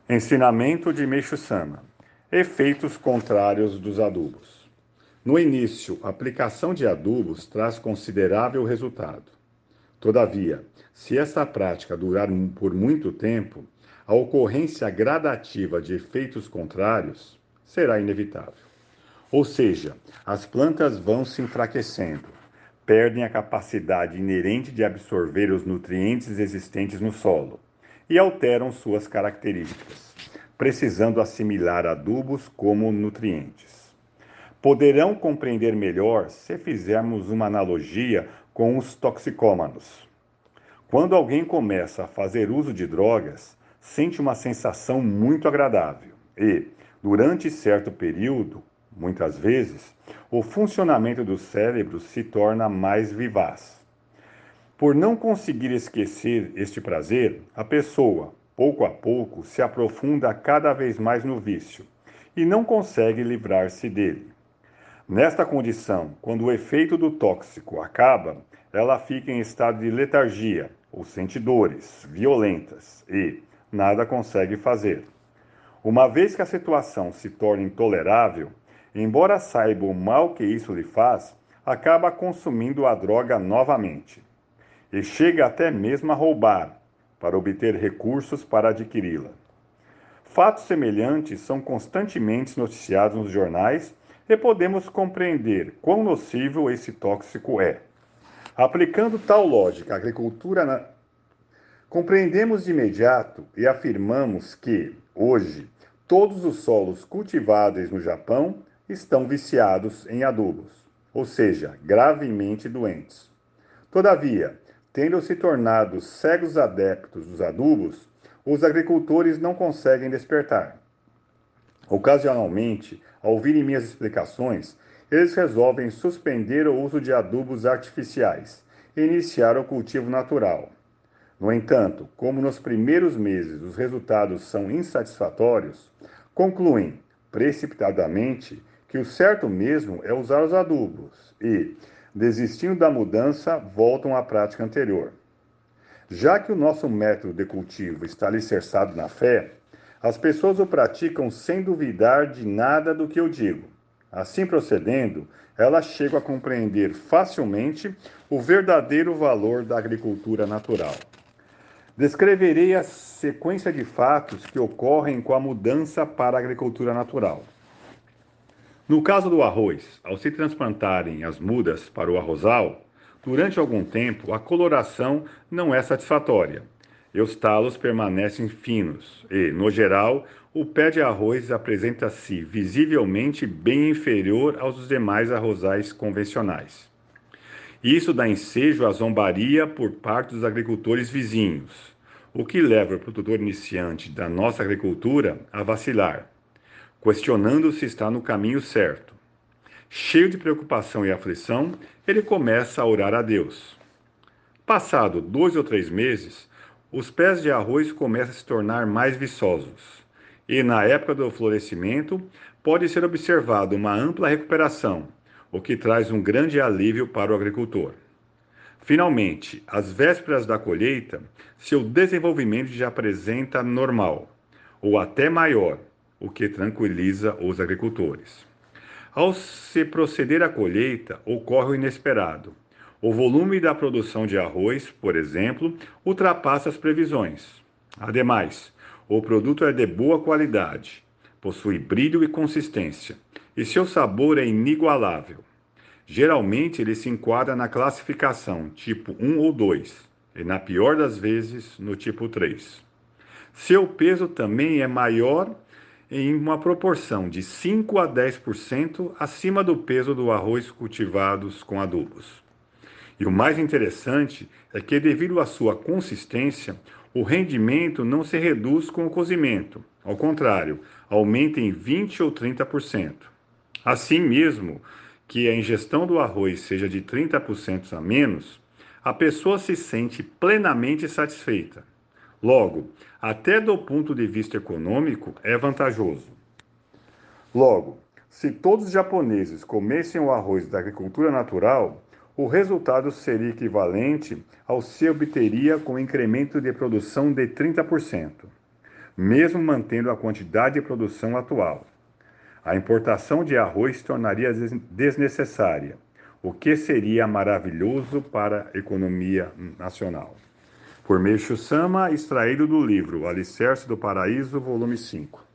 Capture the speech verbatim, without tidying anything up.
Ensinamento de Meishu Sama: efeitos contrários dos adubos. No início, a aplicação de adubos traz considerável resultado. Todavia, se esta prática durar por muito tempo, a ocorrência gradativa de efeitos contrários será inevitável. Ou seja, as plantas vão se enfraquecendo, perdem a capacidade inerente de absorver os nutrientes existentes no solo e alteram suas características, precisando assimilar adubos como nutrientes. Poderão compreender melhor se fizermos uma analogia com os toxicômanos. Quando alguém começa a fazer uso de drogas, sente uma sensação muito agradável e, durante certo período, muitas vezes, o funcionamento do cérebro se torna mais vivaz. Por não conseguir esquecer este prazer, a pessoa, pouco a pouco, se aprofunda cada vez mais no vício e não consegue livrar-se dele. Nesta condição, quando o efeito do tóxico acaba, ela fica em estado de letargia ou sente dores violentas e nada consegue fazer. Uma vez que a situação se torna intolerável, embora saiba o mal que isso lhe faz, acaba consumindo a droga novamente e chega até mesmo a roubar para obter recursos para adquiri-la. Fatos semelhantes são constantemente noticiados nos jornais e podemos compreender quão nocivo esse tóxico é. Aplicando tal lógica à agricultura, na... compreendemos de imediato e afirmamos que, hoje, todos os solos cultiváveis no Japão estão viciados em adubos, ou seja, gravemente doentes. Todavia, tendo se tornado cegos adeptos dos adubos, os agricultores não conseguem despertar. Ocasionalmente, ao ouvirem minhas explicações, eles resolvem suspender o uso de adubos artificiais e iniciar o cultivo natural. No entanto, como nos primeiros meses os resultados são insatisfatórios, concluem, precipitadamente, que o certo mesmo é usar os adubos e, desistindo da mudança, voltam à prática anterior. Já que o nosso método de cultivo está alicerçado na fé, as pessoas o praticam sem duvidar de nada do que eu digo. Assim procedendo, elas chegam a compreender facilmente o verdadeiro valor da agricultura natural. Descreverei a sequência de fatos que ocorrem com a mudança para a agricultura natural. No caso do arroz, ao se transplantarem as mudas para o arrozal, durante algum tempo a coloração não é satisfatória e os talos permanecem finos e, no geral, o pé de arroz apresenta-se visivelmente bem inferior aos dos demais arrozais convencionais. Isso dá ensejo à zombaria por parte dos agricultores vizinhos, o que leva o produtor iniciante da nossa agricultura a vacilar, questionando se está no caminho certo. Cheio de preocupação e aflição, ele começa a orar a Deus. Passado dois ou três meses, os pés de arroz começam a se tornar mais viçosos, e na época do florescimento pode ser observado uma ampla recuperação, o que traz um grande alívio para o agricultor. Finalmente, às vésperas da colheita, seu desenvolvimento já apresenta normal, ou até maior, o que tranquiliza os agricultores. Ao se proceder à colheita, ocorre o inesperado. O volume da produção de arroz, por exemplo, ultrapassa as previsões. Ademais, o produto é de boa qualidade, possui brilho e consistência, e seu sabor é inigualável. Geralmente, ele se enquadra na classificação tipo um ou dois, e na pior das vezes, no tipo três. Seu peso também é maior em uma proporção de cinco a dez por cento acima do peso do arroz cultivados com adubos. E o mais interessante é que, devido à sua consistência, o rendimento não se reduz com o cozimento. Ao contrário, aumenta em vinte ou trinta por cento. Assim mesmo que a ingestão do arroz seja de trinta por cento a menos, a pessoa se sente plenamente satisfeita. Logo, até do ponto de vista econômico, é vantajoso. Logo, se todos os japoneses comessem o arroz da agricultura natural, o resultado seria equivalente ao que se obteria com um incremento de produção de trinta por cento. mesmo mantendo a quantidade de produção atual. A importação de arroz se tornaria desnecessária, o que seria maravilhoso para a economia nacional. Por Meishu Sama, extraído do livro O Alicerce do Paraíso, volume cinco.